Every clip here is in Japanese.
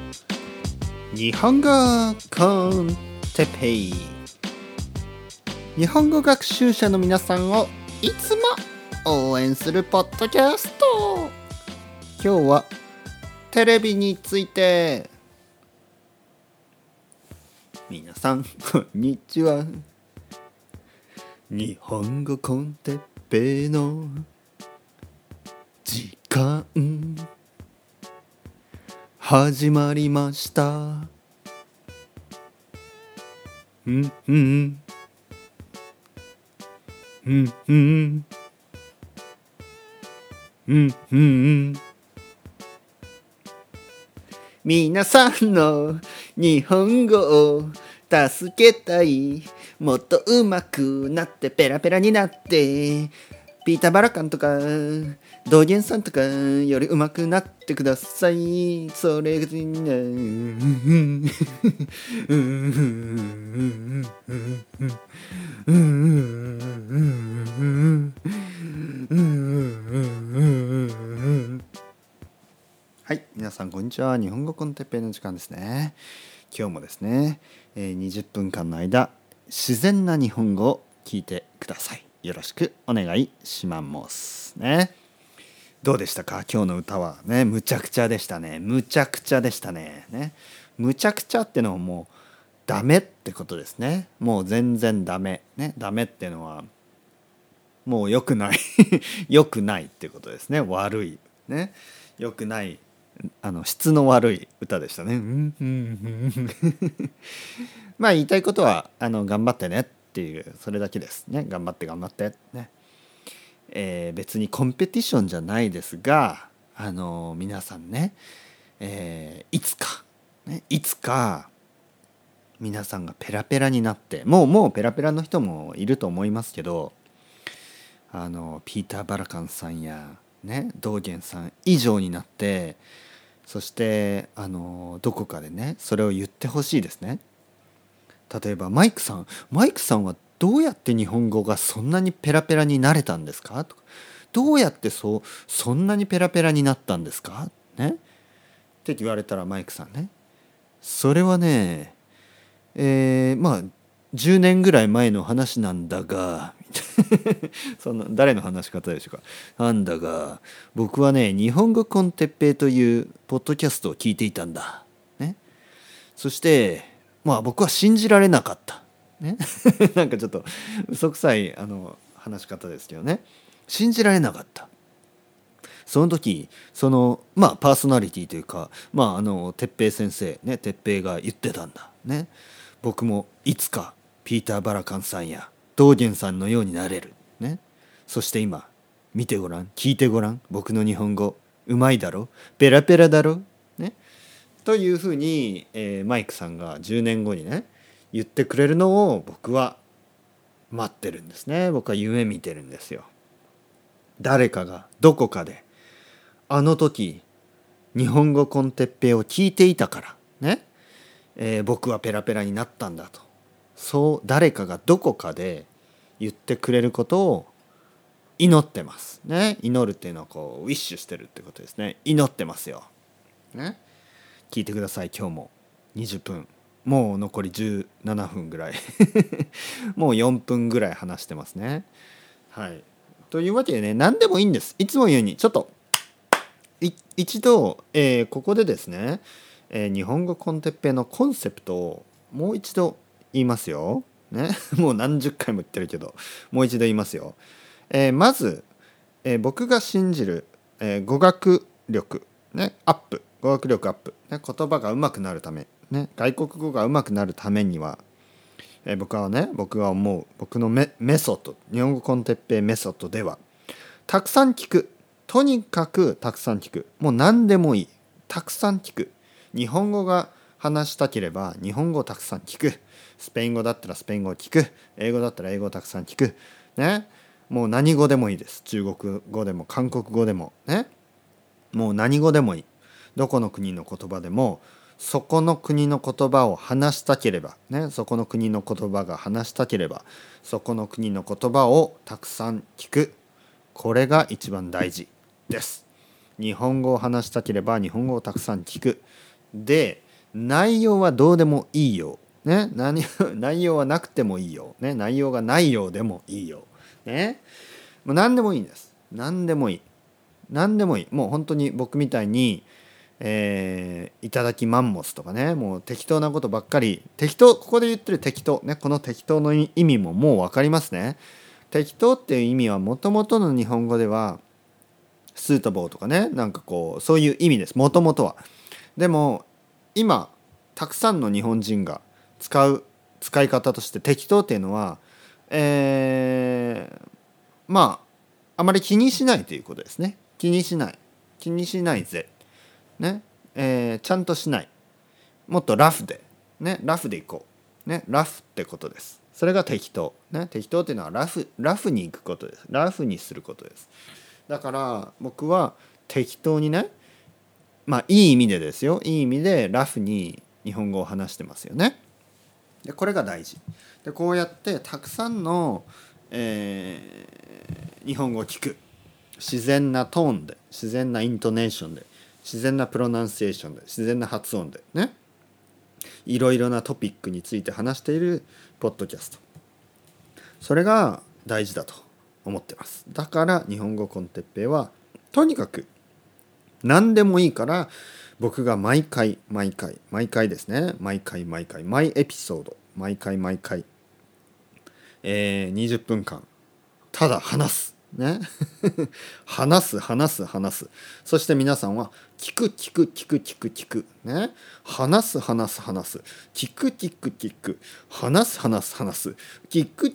日本語コンテペイ。日本語学習者の皆さんをいつも応援するポッドキャスト。今日はテレビについて。皆さんこんにちは。日本語コンテペイの時間始まりました。皆さんの日本語を助けたい。もっと上手くなってペラペラになってピーター・バラカンとか道元さんとかより上手くなってください。それがはい、皆さんこんにちは。日本語コンテッペイの時間ですね。今日もですね、20分間の間自然な日本語を聞いてください。よろしくお願いしますね。どうでしたか？今日の歌はね、むちゃくちゃでしたね。むちゃくちゃでしたね。むちゃくちゃってのはもうダメってことですね。もう全然ダメね。ダメってのはもう良くない良くないってことですね。悪いね。良くない、質の悪い歌でしたね。まあ言いたいことは頑張ってねっていう、それだけですね。頑張ってね。別にコンペティションじゃないですが、皆さんね、いつか皆さんがペラペラになって、もうペラペラの人もいると思いますけど、ピーター・バラカンさんやね、道元さん以上になって、そしてどこかでねそれを言ってほしいですね。例えばマイクさんはどうやって日本語がそんなにペラペラになれたんですかとか、どうやってそんなにペラペラになったんですかねって言われたら、マイクさんね、それはね、まあ10年ぐらい前の話なんだがその誰の話し方でしょうか。なんだが僕はね、日本語コンテッペイというポッドキャストを聞いていたんだ、ね、そして僕は信じられなかった、ね、なんかちょっと嘘くさい話し方ですけどね、信じられなかった。その時パーソナリティというか哲平先生ね、哲平が言ってたんだね。僕もいつかピーター・バラカンさんや道元さんのようになれるね。そして今見てごらん、聞いてごらん、僕の日本語うまいだろ、ペラペラだろね、というふうに、マイクさんが10年後にね言ってくれるのを僕は待ってるんですね。僕は夢見てるんですよ。誰かがどこかであの時日本語コンテッペイを聞いていたからね、僕はペラペラになったんだと、そう誰かがどこかで言ってくれることを祈ってますね。祈るっていうのはこうウィッシュしてるってことですね。祈ってますよ、ね、聞いてください。今日も20分、もう残り17分ぐらいもう4分ぐらい話してますね。はい、というわけでね、何でもいいんです。いつも言うようにちょっと一度、ここでですね、日本語コンテッペイのコンセプトをもう一度言いますよ、ね、もう何十回も言ってるけどもう一度言いますよ。まず、僕が信じる、語学力、ね、語学力アップ、ね、言葉が上手くなるため、ね、外国語が上手くなるためには、僕が思う僕のメソッド、日本語コンテッペイメソッドでは、たくさん聞く。とにかくたくさん聞く。もう何でもいい。たくさん聞く。日本語が話したければ日本語をたくさん聞く。スペイン語だったらスペイン語を聞く。英語だったら英語をたくさん聞く。ね。もう何語でもいいです。中国語でも韓国語でもね。もう何語でもいい。どこの国の言葉でも、そこの国の言葉を話したければね、そこの国の言葉が話したければ、そこの国の言葉をたくさん聞く。これが一番大事です。日本語を話したければ日本語をたくさん聞く。 で内容はどうでもいいよ、ね、内容はなくてもいいよ、ね、内容がないようでもいいよ、ね、もう何でもいいんです。何でもいい。何でもいい。もう本当に僕みたいに、いただきマンモスとかね、もう適当なことばっかり、適当、ここで言ってる適当、ね、この適当の意味ももう分かりますね。適当っていう意味はもともとの日本語ではスータボーとかね、なんかこうそういう意味です、もともとは。でも今たくさんの日本人が使い方として適当っていうのは、まああまり気にしないということですね。気にしないぜ、ね、ちゃんとしない、もっとラフで、ね、ラフでいこう、ね、ラフってことです。それが適当、ね、適当っていうのはラフにいくことです。ラフにすることです。だから僕は適当にね、まあいい意味でですよ、いい意味でラフに日本語を話してますよね。でこれが大事で、こうやってたくさんの、日本語を聞く、自然なトーンで、自然なイントネーションで、自然なプロナンセーションで、自然な発音でね、いろいろなトピックについて話しているポッドキャスト、それが大事だと思ってます。だから日本語コンテッペイはとにかく何でもいいから、僕が毎回ですね、毎エピソード毎回、20分間ただ話すね話す。そして皆さんは聞くね、話す、聞く、話す、話す、聞く、話す、聞く、話す、聞く、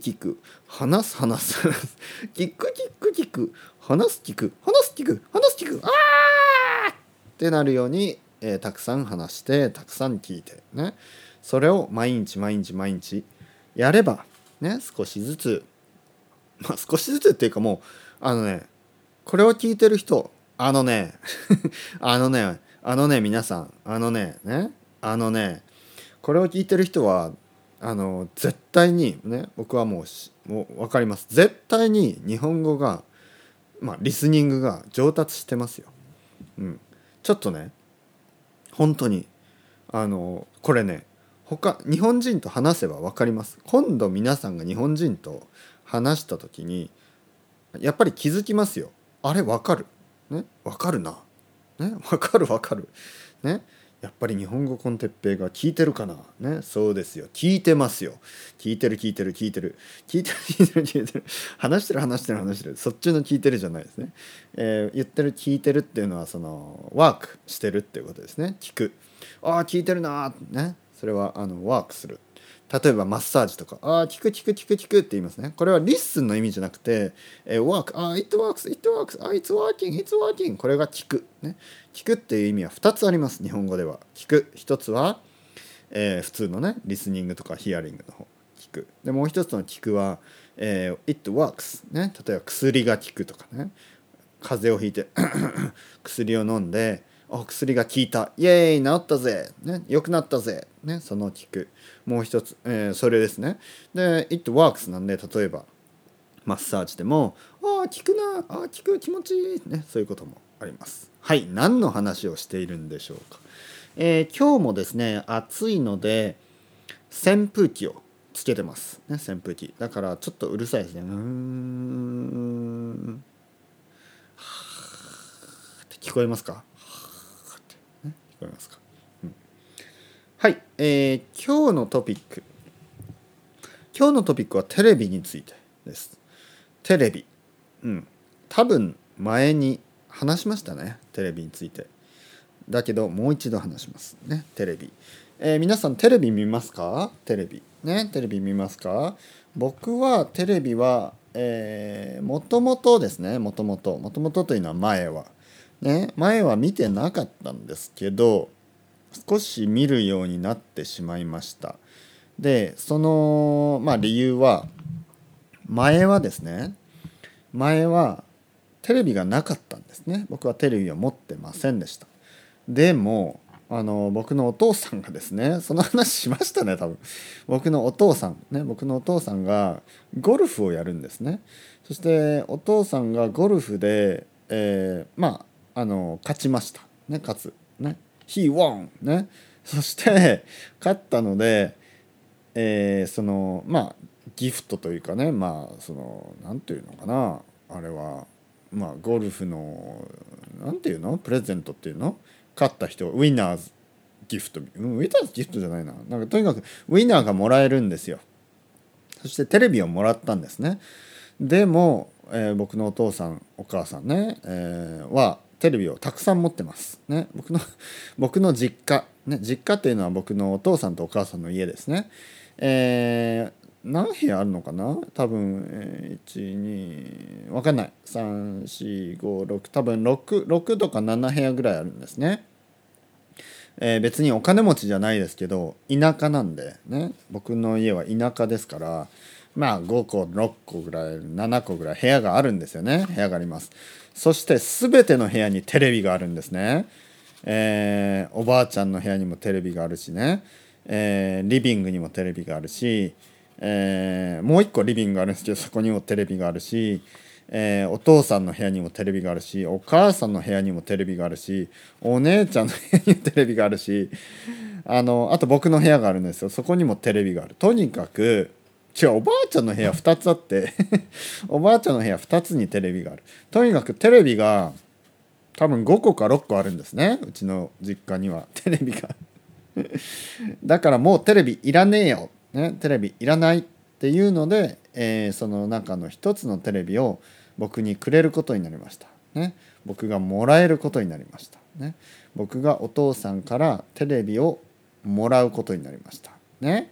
あーってなるように、たくさん話してたくさん聞いてね、それを毎日やればね、少しずつ、少しずつっていうか、もうこれを聞いてる人、皆さん、これを聞いてる人は絶対にね、僕はもう分かります。絶対に日本語が、リスニングが上達してますよ。ちょっとね、本当にこれね、日本人と話せば分かります。今度皆さんが日本人と話した時にやっぱり気づきますよ。あれ分かる、ね、分かるな、ね、分かる、ね、やっぱり日本語コンテッペイが聞いてるかな、ね、そうですよ、聞いてますよ。聞いてる話してる、そっちの聞いてるじゃないですね。言ってる聞いてるっていうのはそのワークしてるっていうことですね。聞く、ああ聞いてるな、ね、それはワークする。例えばマッサージとか、聞くって言いますね。これはリッスンの意味じゃなくて、work、it works、it's working、これが聞く、ね。聞くっていう意味は2つあります、日本語では。聞く。一つは、普通のね、リスニングとかヒアリングの方。聞く。で、もう一つの聞くは、it works、ね。例えば薬が効くとかね。風邪をひいて薬を飲んで、薬が効いた、イエーイ治ったぜ、ね、良くなったぜ、ね、その効く。もう一つ、それですね。で it works なんで、例えばマッサージでも効くな、効く、気持ちいい、ね、そういうこともあります。はい、何の話をしているんでしょうか。今日もですね、暑いので扇風機をつけてます、ね、扇風機だからちょっとうるさいですね。聞こえますか？聞こえますか？はい、今日のトピックはテレビについてです。テレビ、多分前に話しましたね、テレビについて。だけどもう一度話しますね。テレビ、皆さんテレビ見ますか？テレビ見ますか？僕はテレビはもともとですね、もともとというのは前は見てなかったんですけど、少し見るようになってしまいました。でその理由は、前はテレビがなかったんですね。僕はテレビを持ってませんでした。でも僕のお父さんがですね、その話しましたね多分。僕のお父さんがゴルフをやるんですね。そしてお父さんがゴルフで勝ちましたね。 He won ね。そして勝ったので、まあギフトというかね、まあなんていうのかな、あれはまあゴルフのなんていうの、プレゼントっていうの、勝った人ウィナーズギフト、ウィナーズギフトじゃないな、なんかとにかくウィナーがもらえるんですよ。そしてテレビをもらったんですね。でも、僕のお父さんお母さんね、はテレビをたくさん持ってますね。僕の実家ね、実家っていうのは僕のお父さんとお母さんの家ですね。何部屋あるのかな、多分、12分かんない、3456、多分6とか7部屋ぐらいあるんですね。別にお金持ちじゃないですけど田舎なんでね、僕の家は田舎ですから、まあ5個6個ぐらい7個ぐらい部屋があるんですよね。部屋があります。そして全ての部屋にテレビがあるんですね。おばあちゃんの部屋にもテレビがあるしね、リビングにもテレビがあるし、もう一個リビングがあるんですけどそこにもテレビがあるし、お父さんの部屋にもテレビがあるし、お母さんの部屋にもテレビがあるし、お姉ちゃんの部屋にもテレビがあるし、あと僕の部屋があるんですよ。そこにもテレビがある。とにかくおばあちゃんの部屋2つあっておばあちゃんの部屋2つにテレビがある。とにかくテレビが多分5個か6個あるんですね、うちの実家にはテレビがだからもうテレビいらねえよ、ね、テレビいらないっていうので、その中の一つのテレビを僕にくれることになりました、ね、僕がもらえることになりました、ね、僕がお父さんからテレビをもらうことになりましたね。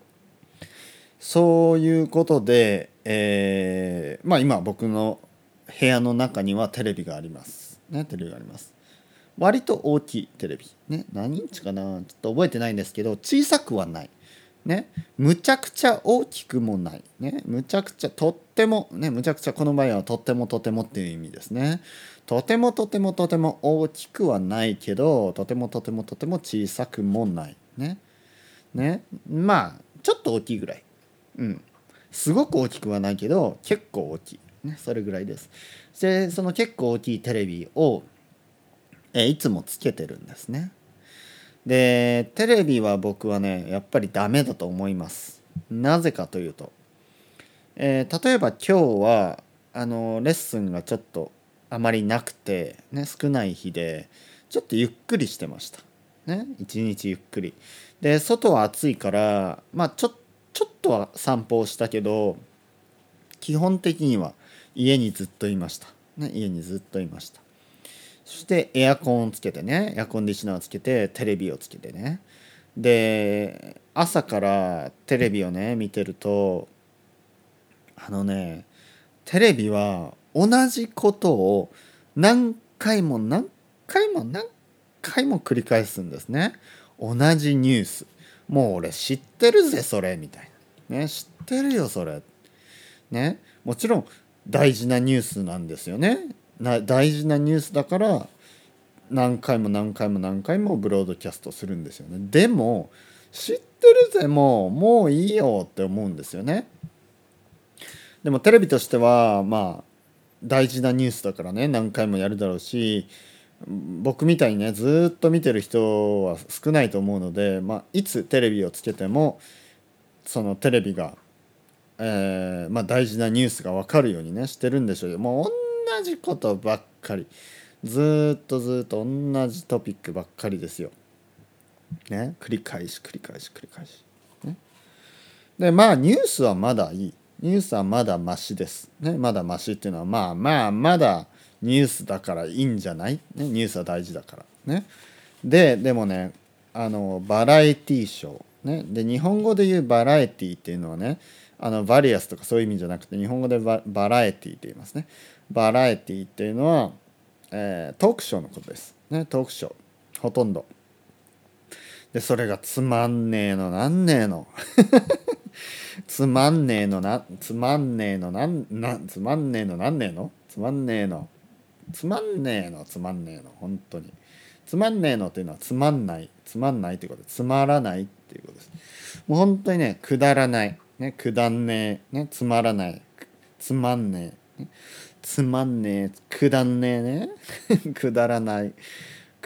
そういうことで、まあ今僕の部屋の中にはテレビがありますね。テレビがあります。割と大きいテレビね、何インチかな、ちょっと覚えてないんですけど、小さくはないね、むちゃくちゃ大きくもないね、むちゃくちゃとってもね、むちゃくちゃこの場合はとってもとてもっていう意味ですね。とてもとてもとても大きくはないけど、とてもとてもとても小さくもないね。ね、まあちょっと大きいぐらい、うん、すごく大きくはないけど結構大きい、ね、それぐらいです。でその結構大きいテレビを、いつもつけてるんですね。でテレビは僕はねやっぱりダメだと思います。なぜかというと、例えば今日はレッスンがちょっとあまりなくて、ね、少ない日でちょっとゆっくりしてました、ね、一日ゆっくりで、外は暑いからまあちょっとは散歩をしたけど基本的には家にずっといました、ね、家にずっといました。そしてエアコンをつけてね、エアコンディショナーをつけてテレビをつけてね、で朝からテレビをね見てると、テレビは同じことを何回も何回も何回も繰り返すんですね。同じニュース、もう俺知ってるぜそれみたいなね、知ってるよそれね、もちろん大事なニュースなんですよね。大事なニュースだから何回も何回も何回もブロードキャストするんですよね。でも知ってるぜ、もういいよって思うんですよね。でもテレビとしてはまあ大事なニュースだからね何回もやるだろうし、僕みたいにねずっと見てる人は少ないと思うので、まあ、いつテレビをつけてもそのテレビが、まあ、大事なニュースが分かるようにねしてるんでしょうよ。もう同じことばっかり、ずっと同じトピックばっかりですよ。ね、繰り返し繰り返し繰り返し。ね、でまあニュースはまだいい。ニュースはまだマシです。ね、まだマシっていうのはまだニュースだからいいんじゃない、ね、ニュースは大事だからね。でもね、バラエティーショー、ね、で日本語で言うバラエティーっていうのはね、バリアスとかそういう意味じゃなくて日本語でバラエティーって言いますね。バラエティーっていうのは、トークショーのことです、ね、トークショーほとんどで、それがつまんねえのなんねえのつまんねえのつまんねえのつまんねえのなんねえのつまんねえのつまんねえのつまんねえの本当につまんねえのっていうのはつまんないっていうことで、つまらないっていうことです。もう本当にねくだらないね、くだんねえね、つまらない、つまんねえ、ね、つまんねえ、くだんねえねくだらない、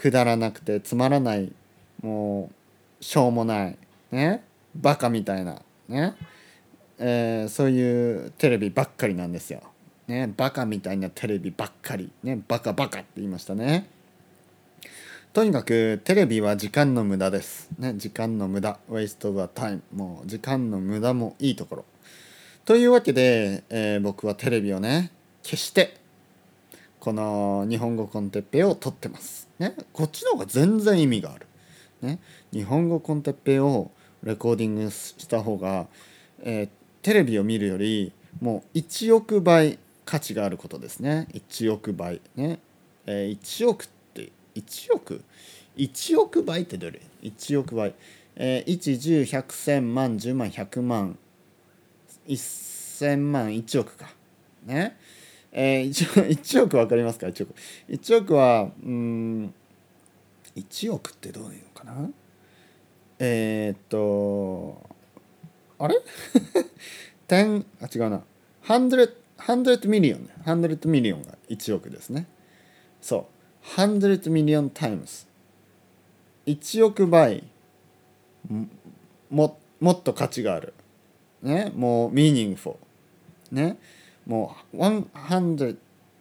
くだらなくてつまらない、もうしょうもないね、バカみたいなね、そういうテレビばっかりなんですよ、ね、バカみたいなテレビばっかりね、バカバカって言いましたね。とにかくテレビは時間の無駄です、ね、時間の無駄、waste of time、もう時間の無駄もいいところというわけで、僕はテレビをね消してこの日本語コンテッペイを撮ってます、ね、こっちの方が全然意味がある、ね、日本語コンテッペイをレコーディングした方が、テレビを見るよりもう1億倍価値があることですね。1億倍ね、1億って1億倍ってどれ？1億倍、1、10、100、1000万、10万、100万、1000万、1億かね。1億分かりますか？1億。1億は1億ってどういうのかな。あれ10違うな。100ミリオンね。100ミリオンが1億ですね。そう。100ミリオンタイムス。1億倍もっと価値がある。ね。もうミーニングフォー。ね。もう100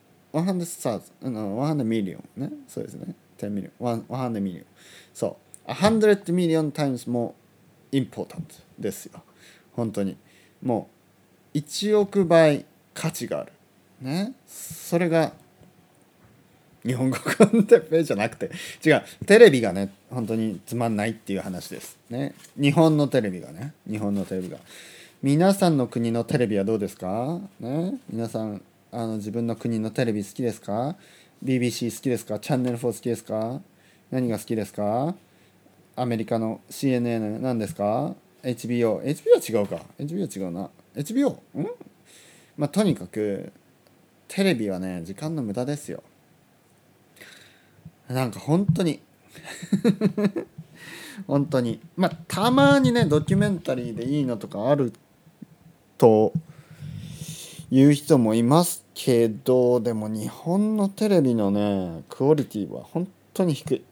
ミリオンね。そうですね。10ミリオン。100ミリオン。そう。100ミリオンタイムスもインポータントですよ。本当に。もう1億倍価値がある。ね。それが日本語コンテッペイじゃなくて、違う。テレビがね、本当につまんないっていう話です。ね。日本のテレビが。皆さんの国のテレビはどうですか？ね。皆さん、自分の国のテレビ好きですか？ BBC 好きですか？チャンネル4好きですか？何が好きですか？アメリカの CNN 何ですか？ HBO は違うか。HBO は違うな。HBO？ とにかくテレビはね時間の無駄ですよ。なんか本当にたまにねドキュメンタリーでいいのとかあるという人もいますけど、でも日本のテレビのねクオリティは本当に低い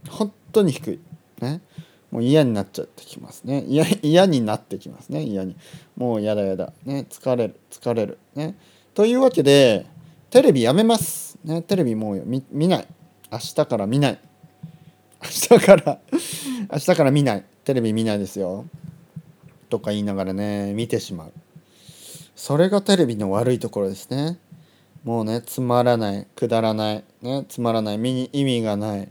ね。もう嫌になっちゃってきますね。嫌になってきますね。もうやだね。疲れるね。というわけでテレビやめますね。テレビもう見ない。明日から見ない。明日から見ない。テレビ見ないですよ。とか言いながらね見てしまう。それがテレビの悪いところですね。もうねつまらない、くだらないね、つまらない、意味がない、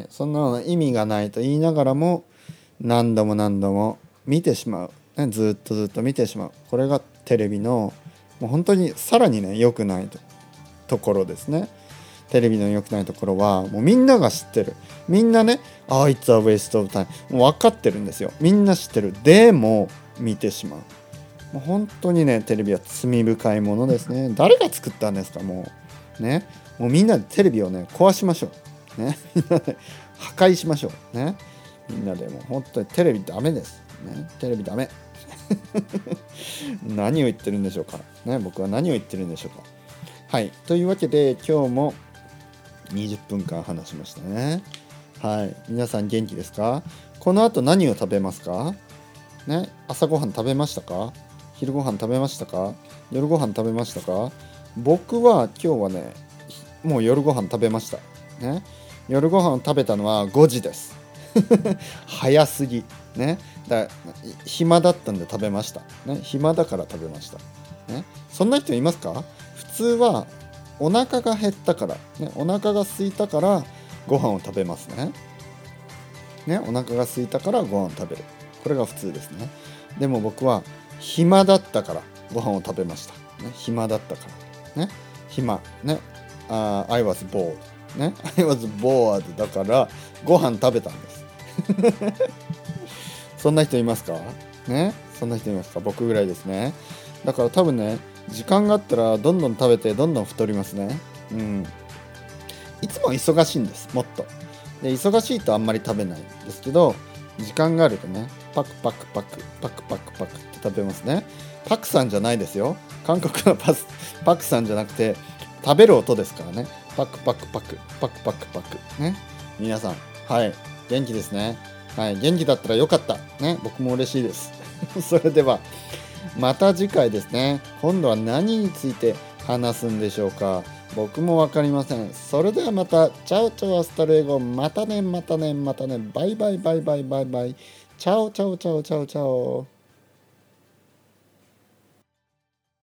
そんなの意味がないと言いながらも何度も見てしまう、ね、ずっと見てしまう。これがテレビのもう本当にさらにね良くないところですね。テレビの良くないところはもうみんなが知ってる。みんなねIt's a waste of time もう分かってるんですよ。みんな知ってる。でも見てしまう。もう本当にねテレビは罪深いものですね。誰が作ったんですか？もうみんなでテレビをね壊しましょうね。みんなで破壊しましょうね。みんなでもう本当にテレビダメですね。テレビダメ何を言ってるんでしょうかね。僕は何を言ってるんでしょうか。はい、というわけで今日も20分間話しましたね。はい、皆さん元気ですか？この後何を食べますかね。朝ごはん食べましたか？昼ご飯食べましたか？夜ご飯食べましたか？僕は今日はねもう夜ご飯食べましたね。夜ご飯を食べたのは5時です早すぎね。暇だったんで食べましたね。暇だから食べましたね。そんな人いますか？普通はお腹が減ったからね、お腹が空いたからご飯を食べますね。お腹が空いたからご飯を食べる。これが普通ですね。でも僕は暇だったからご飯を食べました。ね、暇だったからね。暇ね。I was bored ね。I was bored だからご飯食べたんですそんな人いますかね。そんな人いますか？僕ぐらいですね。だから多分ね時間があったらどんどん食べてどんどん太りますね。いつも忙しいんです。もっとで忙しいとあんまり食べないんですけど、時間があるとねパクって食べますね。パクさんじゃないですよ。韓国のパクさんじゃなくて食べる音ですからね。 パクパクパクパクパクパクね。皆さん、はい、元気ですね。はい、元気だったらよかったね。僕も嬉しいですそれではまた次回ですね。今度は何について話すんでしょうか。僕も分かりません。それではまた。チャオチャオアスタルエゴ。またねまたねまたね。バイバイバイバイバイバイ。チャオチャオチャオチャオチャオ。